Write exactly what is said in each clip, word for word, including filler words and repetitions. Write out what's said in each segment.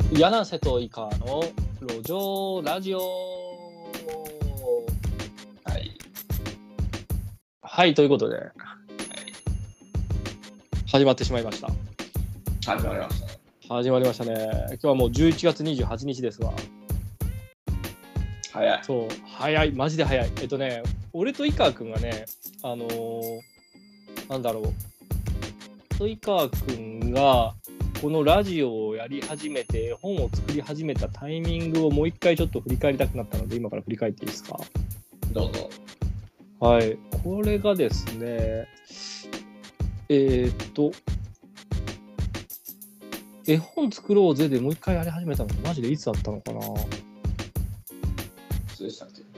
柳瀬とイカの路上ラジオ。 はいはいということで、はい、始まってしまいました。 始まりましたね。 始まりましたね。今日はもうじゅういちがつにじゅうはちにちですわ。 早い。 そう早い、マジで早い。えっとね俺と井川くんがね、あのー、なんだろう、井川くんがこのラジオをやり始めて、本を作り始めたタイミングをもう一回ちょっと振り返りたくなったので、今から振り返っていいですか？ どうぞ。 はい、これがですね、えー、っと絵本作ろうぜでもう一回やり始めたのマジでいつだったのかな。 そうでしたっけ？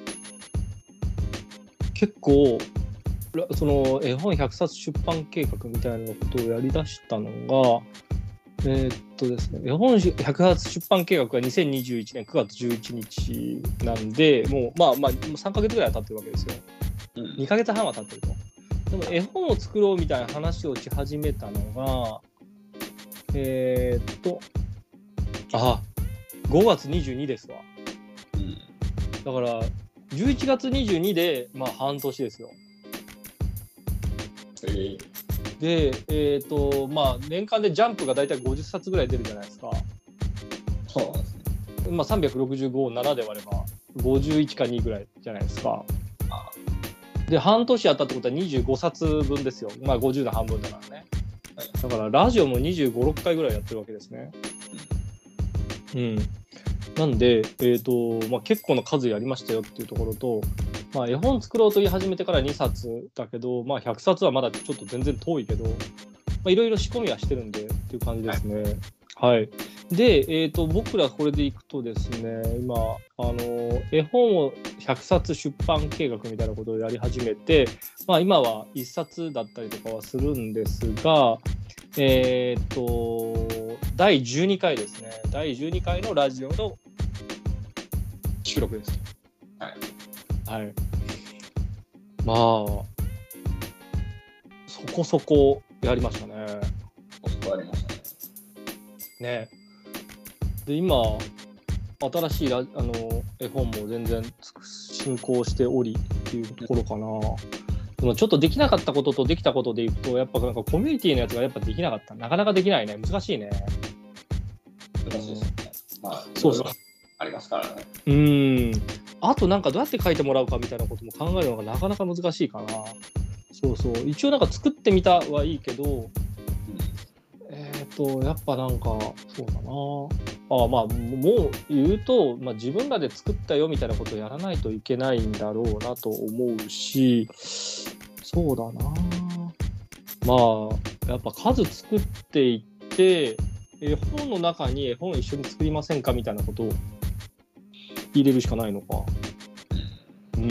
結構その絵本ひゃくさつ出版計画みたいなことをやりだしたのが、えー、っとですね、絵本ひゃくさつ出版計画がにせんにじゅういちねんくがつじゅういちにちなんで、もうまあまあさんかげつぐらいは経ってるわけですよ、うん、にかげつはんは経ってると。でも絵本を作ろうみたいな話をし始めたのがえー、っとあごがつにじゅうにですわ、うん、だからじゅういちがつにじゅうにでまあ半年ですよ。 えーで、えーとまあ、年間でジャンプがだいたいごじゅっさつぐらい出るじゃないですか。 そうなんですね。 まあ、さんびゃくろくじゅうごをななで割ればごじゅういちかにぐらいじゃないですか。あで半年やったってことはにじゅうごさつぶんですよ。まあごじゅうの半分だからね、はい、だからラジオもにじゅうご、ろっかいぐらいやってるわけですね。うん、なんで、えーとまあ、結構な数やりましたよっていうところと、まあ、絵本作ろうと言い始めてからにさつだけど、まあ、ひゃくさつはまだちょっと全然遠いけど、いろいろ仕込みはしてるんでっていう感じですね。はい、はい、で、えーと、僕らこれでいくとですね、今あの絵本をひゃくさつ出版計画みたいなことをやり始めて、まあ、今はいっさつだったりとかはするんですが、えーとだいじゅうにかいですね。だいじゅうにかいのラジオの収録です。はいはい、まあそこそこやりましたね。 そこそこやりましたね。 ね。で今新しいラあの絵本も全然進行しておりっていうところかな。でもちょっとできなかったこととできたことでいうと、やっぱなんかコミュニティのやつがやっぱできなかった。なかなかできないね。難しいね。 難しいですね。まあそうそうありますからね。 うーん。あとなんかどうやって書いてもらうかみたいなことも考えるのがなかなか難しいかな。そうそう。一応なんか作ってみたはいいけど、うん、えっとやっぱなんかそうだな。あまあもう言うと、まあ、自分らで作ったよみたいなことをやらないといけないんだろうなと思うし、そうだな。まあやっぱ数作っていって絵本の中に絵本一緒に作りませんかみたいなことを入れるしかないのか。うん、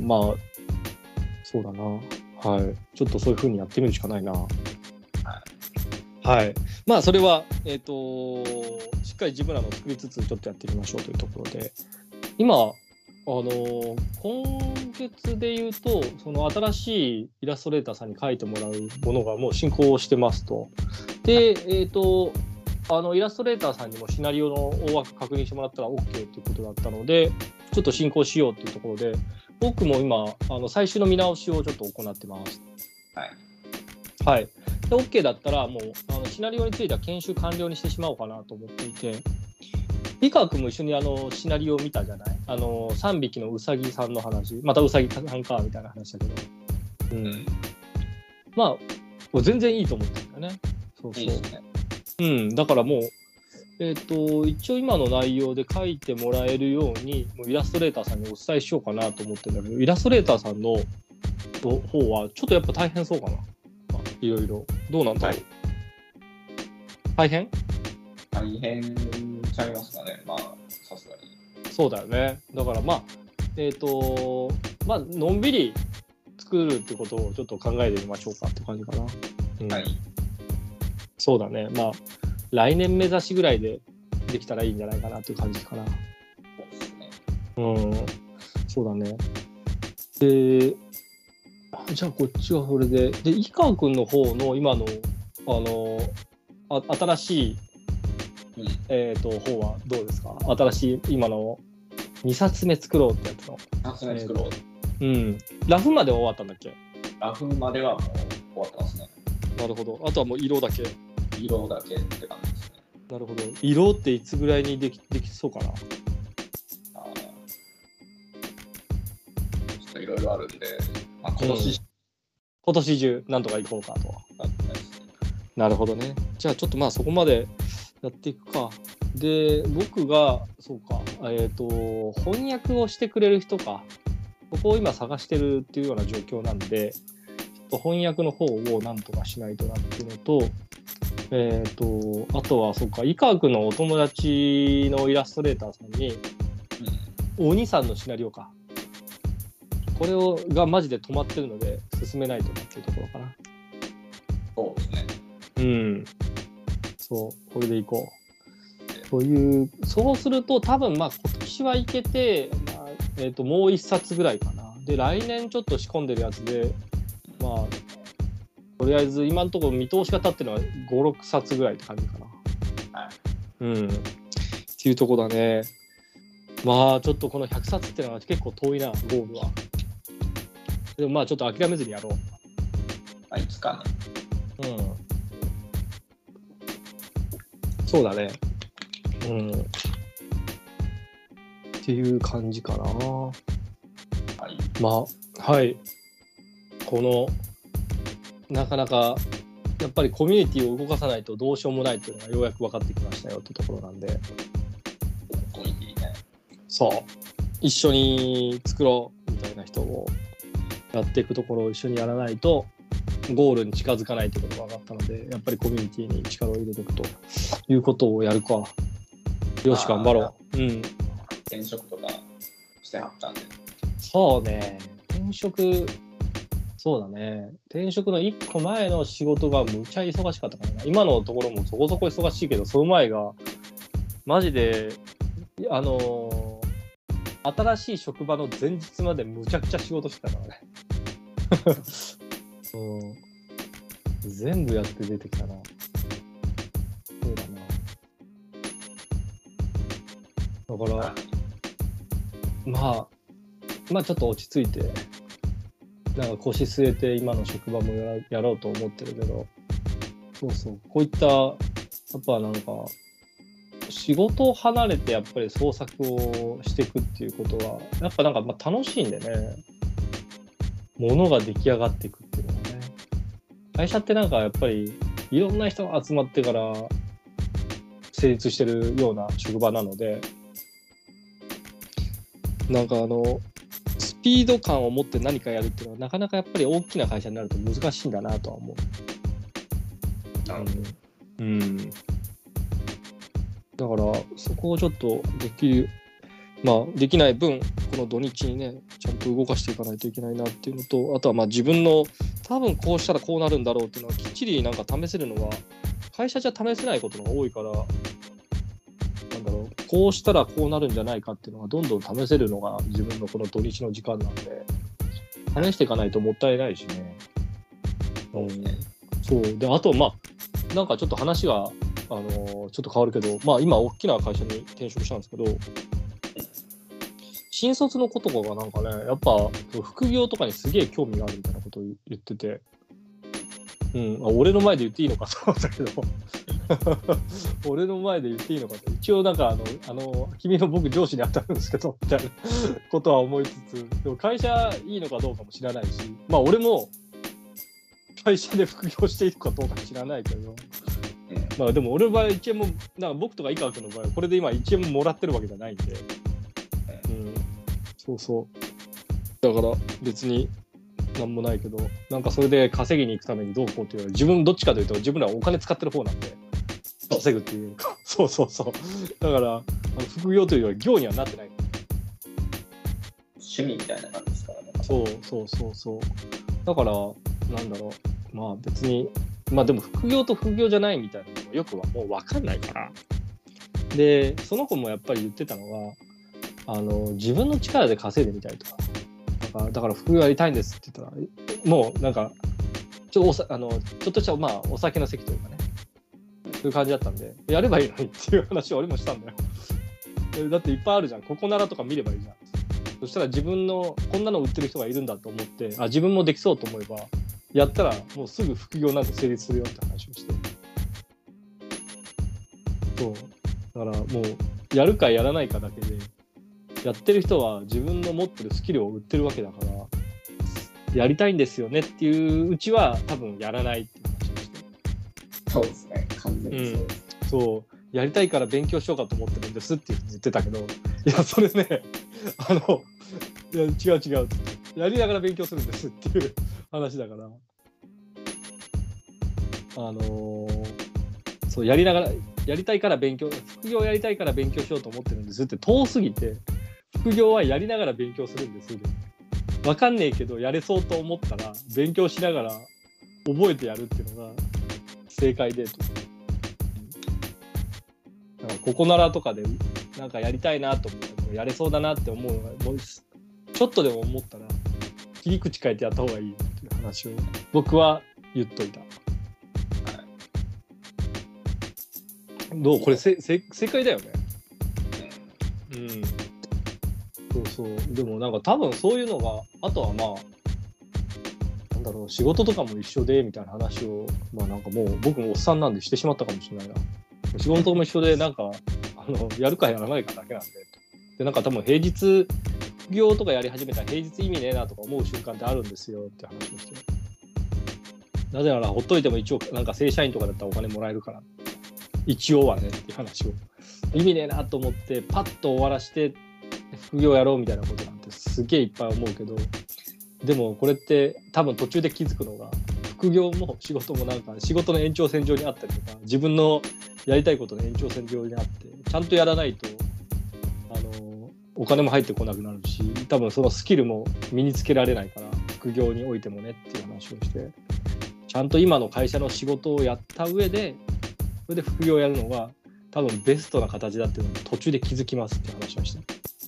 まあそうだな。はい。ちょっとそういう風にやってみるしかないな。はい。はい。まあそれはえっとしっかり自分らの作りつつちょっとやってみましょうというところで、今あの今月で言うとその新しいイラストレーターさんに描いてもらうものがもう進行してますと。でえっとあのイラストレーターさんにもシナリオの大枠確認してもらったら OK ということだったので、ちょっと進行しようというところで、僕も今あの最終の見直しをちょっと行ってます。はい。はい。で OK だったらもうあのシナリオについては研修完了にしてしまおうかなと思っていて、井川君も一緒にあのシナリオを見たじゃない。あのさんびきのウサギさんの話、またウサギさんかみたいな話だけど、うん。まあ全然いいと思ってるんだよね。そうそう。いいですね。うん、だからもう、えー、と一応今の内容で書いてもらえるようにもうイラストレーターさんにお伝えしようかなと思ってるんだけど、イラストレーターさんの方はちょっとやっぱ大変そうかな。いろいろどうなんだろう、はい、大変大変ちゃいますかね。まあさすがにそうだよね。だからまあえっ、ー、とまあのんびり作るってことをちょっと考えてみましょうかって感じかな。うん、はい。そうだね。まあ来年目指しぐらいでできたらいいんじゃないかなっていう感じかな。そうですね。うん、そうだね。で、じゃあこっちはそれで、で井川君の方の今のあのあ新しいうん、 えー、と方はどうですか？新しい今のにさつめ作ろうってやつの。 にさつめ作ろう、 えー、うん。ラフまで終わったんだっけ？ ラフまではもう終わってますね。 なるほど。あとはもう色だけ。 色だけって感じですね。 なるほど。色っていつぐらいにでき、できそうかな？ あちょっといろいろあるんで、まあ、今年、うん、 今年中なんとか行こうかと。なるほどね。じゃあちょっとまあそこまでやっていくか。で、僕がそうか、えっと翻訳をしてくれる人か、ここを今探してるっていうような状況なんで、ちょっと翻訳の方をなんとかしないとなっていうのと、えっとあとはそうか、井川君のお友達のイラストレーターさんに、うん、お兄さんのシナリオか。これをがマジで止まってるので進めないとなっていうところかな。 そうですね。 うん。そう、これでいこう。という、そうすると多分まあ今年はいけて、まあえー、ともう一冊ぐらいかな。で、来年ちょっと仕込んでるやつで、まあ、とりあえず今のところ見通しが立ってるのはご、ろくさつぐらいって感じかな。はい。うん。っていうとこだね。まあ、ちょっとこのひゃくさつってのは結構遠いな、ゴールは。でもまあちょっと諦めずにやろう。 あ、いつかね。 うん。そうだね。うん。っていう感じかな。はい。まあ、はい。この、なかなか、やっぱりコミュニティを動かさないとどうしようもないっていうのがようやく分かってきましたよってところなんで。 コミュニティね。 そう。一緒に作ろうみたいな人をやっていくところを一緒にやらないとゴールに近づかないということが分かったので、やっぱりコミュニティに力を入れていくということをやるか。よし、頑張ろう。うん。 転職とかしてはったんで。 そうね。転職、そうだね。転職のいっこまえの仕事がむちゃ忙しかったからな。今のところもそこそこ忙しいけど、その前がマジであのー、新しい職場の前日までむちゃくちゃ仕事してたからね。うん、全部やって出てきたな。そうだな。だからまあまあちょっと落ち着いてなんか腰据えて今の職場も や, やろうと思ってるけど、そうそうこういったやっぱなんか仕事を離れてやっぱり創作をしていくっていうことはやっぱなんかまあ楽しいんでね。ものが出来上がっていくっていうのはね。会社ってなんかやっぱりいろんな人が集まってから成立してるような職場なので、なんかあのスピード感を持って何かやるっていうのはなかなかやっぱり大きな会社になると難しいんだなとは思う。 なるほど。 うん。うん、だからそこをちょっとできる、まあできない分この土日にねちゃんと動かしていかないといけないなっていうのと、あとはまあ自分の多分こうしたらこうなるんだろうっていうのはきっちりなんか試せるのは会社じゃ試せないことが多いから、なんだろう、こうしたらこうなるんじゃないかっていうのがどんどん試せるのが自分のこの土日の時間なんで、試していかないともったいないしね。うん、そうで、あとまあなんかちょっと話があのー、ちょっと変わるけど、まあ今大きな会社に転職したんですけど、新卒の子とかがなんかね、やっぱ副業とかにすげえ興味があるみたいなことを言ってて、うん、あ俺の前で言っていいのかと思ったけど俺の前で言っていいのかと、一応なんかあの、あの君の僕上司に当たるんですけどみたいなことは思いつつ、でも会社いいのかどうかも知らないし、まあ俺も会社で副業しているかどうか知らないけど、まあでも俺の場合いちえんも、なんか僕とか井川君の場合これで今いちえんももらってるわけじゃないんで、うん、そうそうだから別になんもないけど、なんかそれで稼ぎに行くためにどうこうっていうのは自分どっちかというと自分らはお金使ってる方なんで稼ぐっていうか、そうそうそう、だからあの副業というよりは業にはなってない、 趣味みたいな感じですからね。 そうそうそうそう、だからなんだろう、まあ別にまあでも副業と副業じゃないみたいなのもよくはもう分かんないから、でその子もやっぱり言ってたのはあの自分の力で稼いでみたいとか、だからだから副業やりたいんですって言ったら、もうなんかちょっとおさあのちょっとしたまあお酒の席というかね、 そういう感じだったんで、やればいいのにっていう話を俺もしたんだよ。だっていっぱいあるじゃん。ここならとか見ればいいじゃん。そしたら自分のこんなの売ってる人がいるんだと思って、あ、自分もできそうと思えばやったらもうすぐ副業なんて成立するよって話をして。そうだからもうやるかやらないかだけで、やってる人は自分の持ってるスキルを売ってるわけだから、やりたいんですよねっていううちは多分やらないっていう話をして。 そうですね、完全にそうです、 うん、そうやりたいから勉強しようかと思ってるんですって言ってたけど、いやそれね、あのいや違う違うやりながら勉強するんですっていう話だから、あのー、そうやりながらやりたいから勉強、副業やりたいから勉強しようと思ってるんですって遠すぎて、副業はやりながら勉強するんです。わかんねえけどやれそうと思ったら勉強しながら覚えてやるっていうのが正解でと。だからここならとかでなんかやりたいなと思う、やれそうだなって思うのがもうちょっとでも思ったら切り口変えてやった方がいいっていう話を僕は言っといた。どうこれせせ正解だよね。うん。そうそう。でもなんか多分そういうのが、あとはまあなんだろう、仕事とかも一緒でみたいな話を、まあなんかもう僕もおっさんなんでしてしまったかもしれないな。仕事も一緒でなんかあのやるかやらないかだけなんで。でなんか多分平日副業とかやり始めたら平日意味ねえなとか思う瞬間ってあるんですよって話をして。なぜならほっといても一応なんか正社員とかだったらお金もらえるから。一応はねっていう話を意味ねえなと思ってパッと終わらして副業やろうみたいなことなんてすげえいっぱい思うけど、でもこれって多分途中で気づくのが、副業も仕事もなんか仕事の延長線上にあったりとか自分のやりたいことの延長線上にあって、ちゃんとやらないとあのお金も入ってこなくなるし、多分そのスキルも身につけられないから、副業においてもねっていう話をして、ちゃんと今の会社の仕事をやった上でそれで副業をやるのが多分ベストな形だっていうのを途中で気づきますって話をした。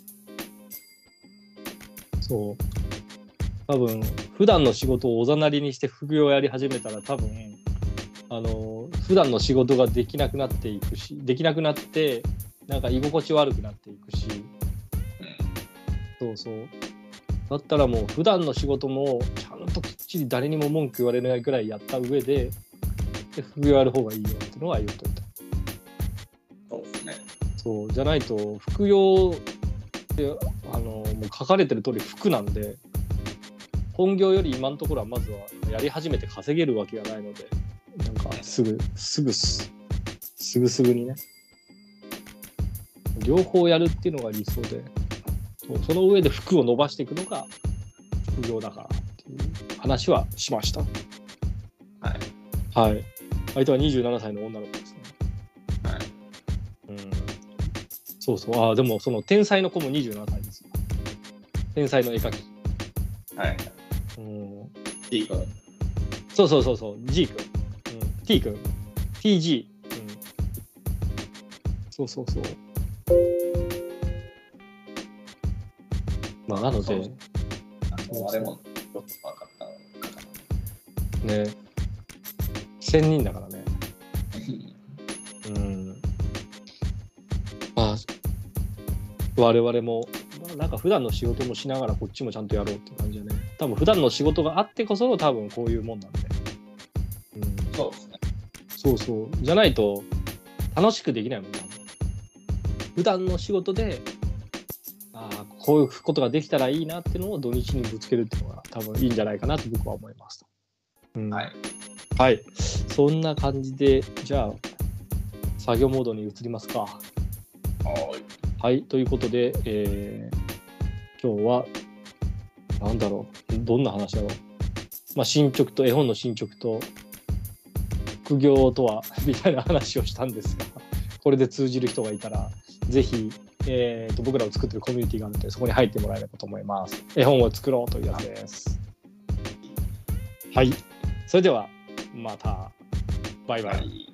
そう多分普段の仕事をおざなりにして副業をやり始めたら多分あの普段の仕事ができなくなっていくし、できなくなってなんか居心地悪くなっていくし、そうそうだったらもう普段の仕事もちゃんときっちり誰にも文句言われないくらいやった上でで副業やる方がいいよっていうのは言っといた。 そうですね。 そうじゃないと副業ってあのもう書かれてる通り服なんで、本業より今のところはまずはやり始めて稼げるわけがないので、なんかすぐすぐすすぐすぐにね両方やるっていうのが理想で、その上で服を伸ばしていくのが副業だからっていう話はしました。はい。はい。相手はにじゅうななさいの女の子ですね。 はい。 うん。そうそう。ああ、でもその天才の子もにじゅうななさいですよ。天才の絵描き。 はい。 うん。 T 君。 そうそうそうそう。G 君。うん。T 君。ティージー。うん。そうそうそう。まあなので。 あのあれもよく分かったね。せんにんだからね。うん。まあ我々も、まあ、なんか普段の仕事もしながらこっちもちゃんとやろうって感じでね。多分普段の仕事があってこそ多分こういうもんなんで。 うん。そうですね。 そうそう。じゃないと楽しくできないもんね。普段の仕事で、ああこういうことができたらいいなっていうのを土日にぶつけるっていうのが多分いいんじゃないかなと僕は思いますと。うん、 はい。 はい。そんな感じでじゃあ作業モードに移りますか。 はい。 はい。ということで、えー、今日はなんだろう、どんな話だろう。まあ進捗と絵本の進捗と副業とはみたいな話をしたんですが、これで通じる人がいたらぜひ、えー、と僕らを作ってるコミュニティがあるのでそこに入ってもらえればと思います。絵本を作ろうというやつです。はい。それではまたバイバイ。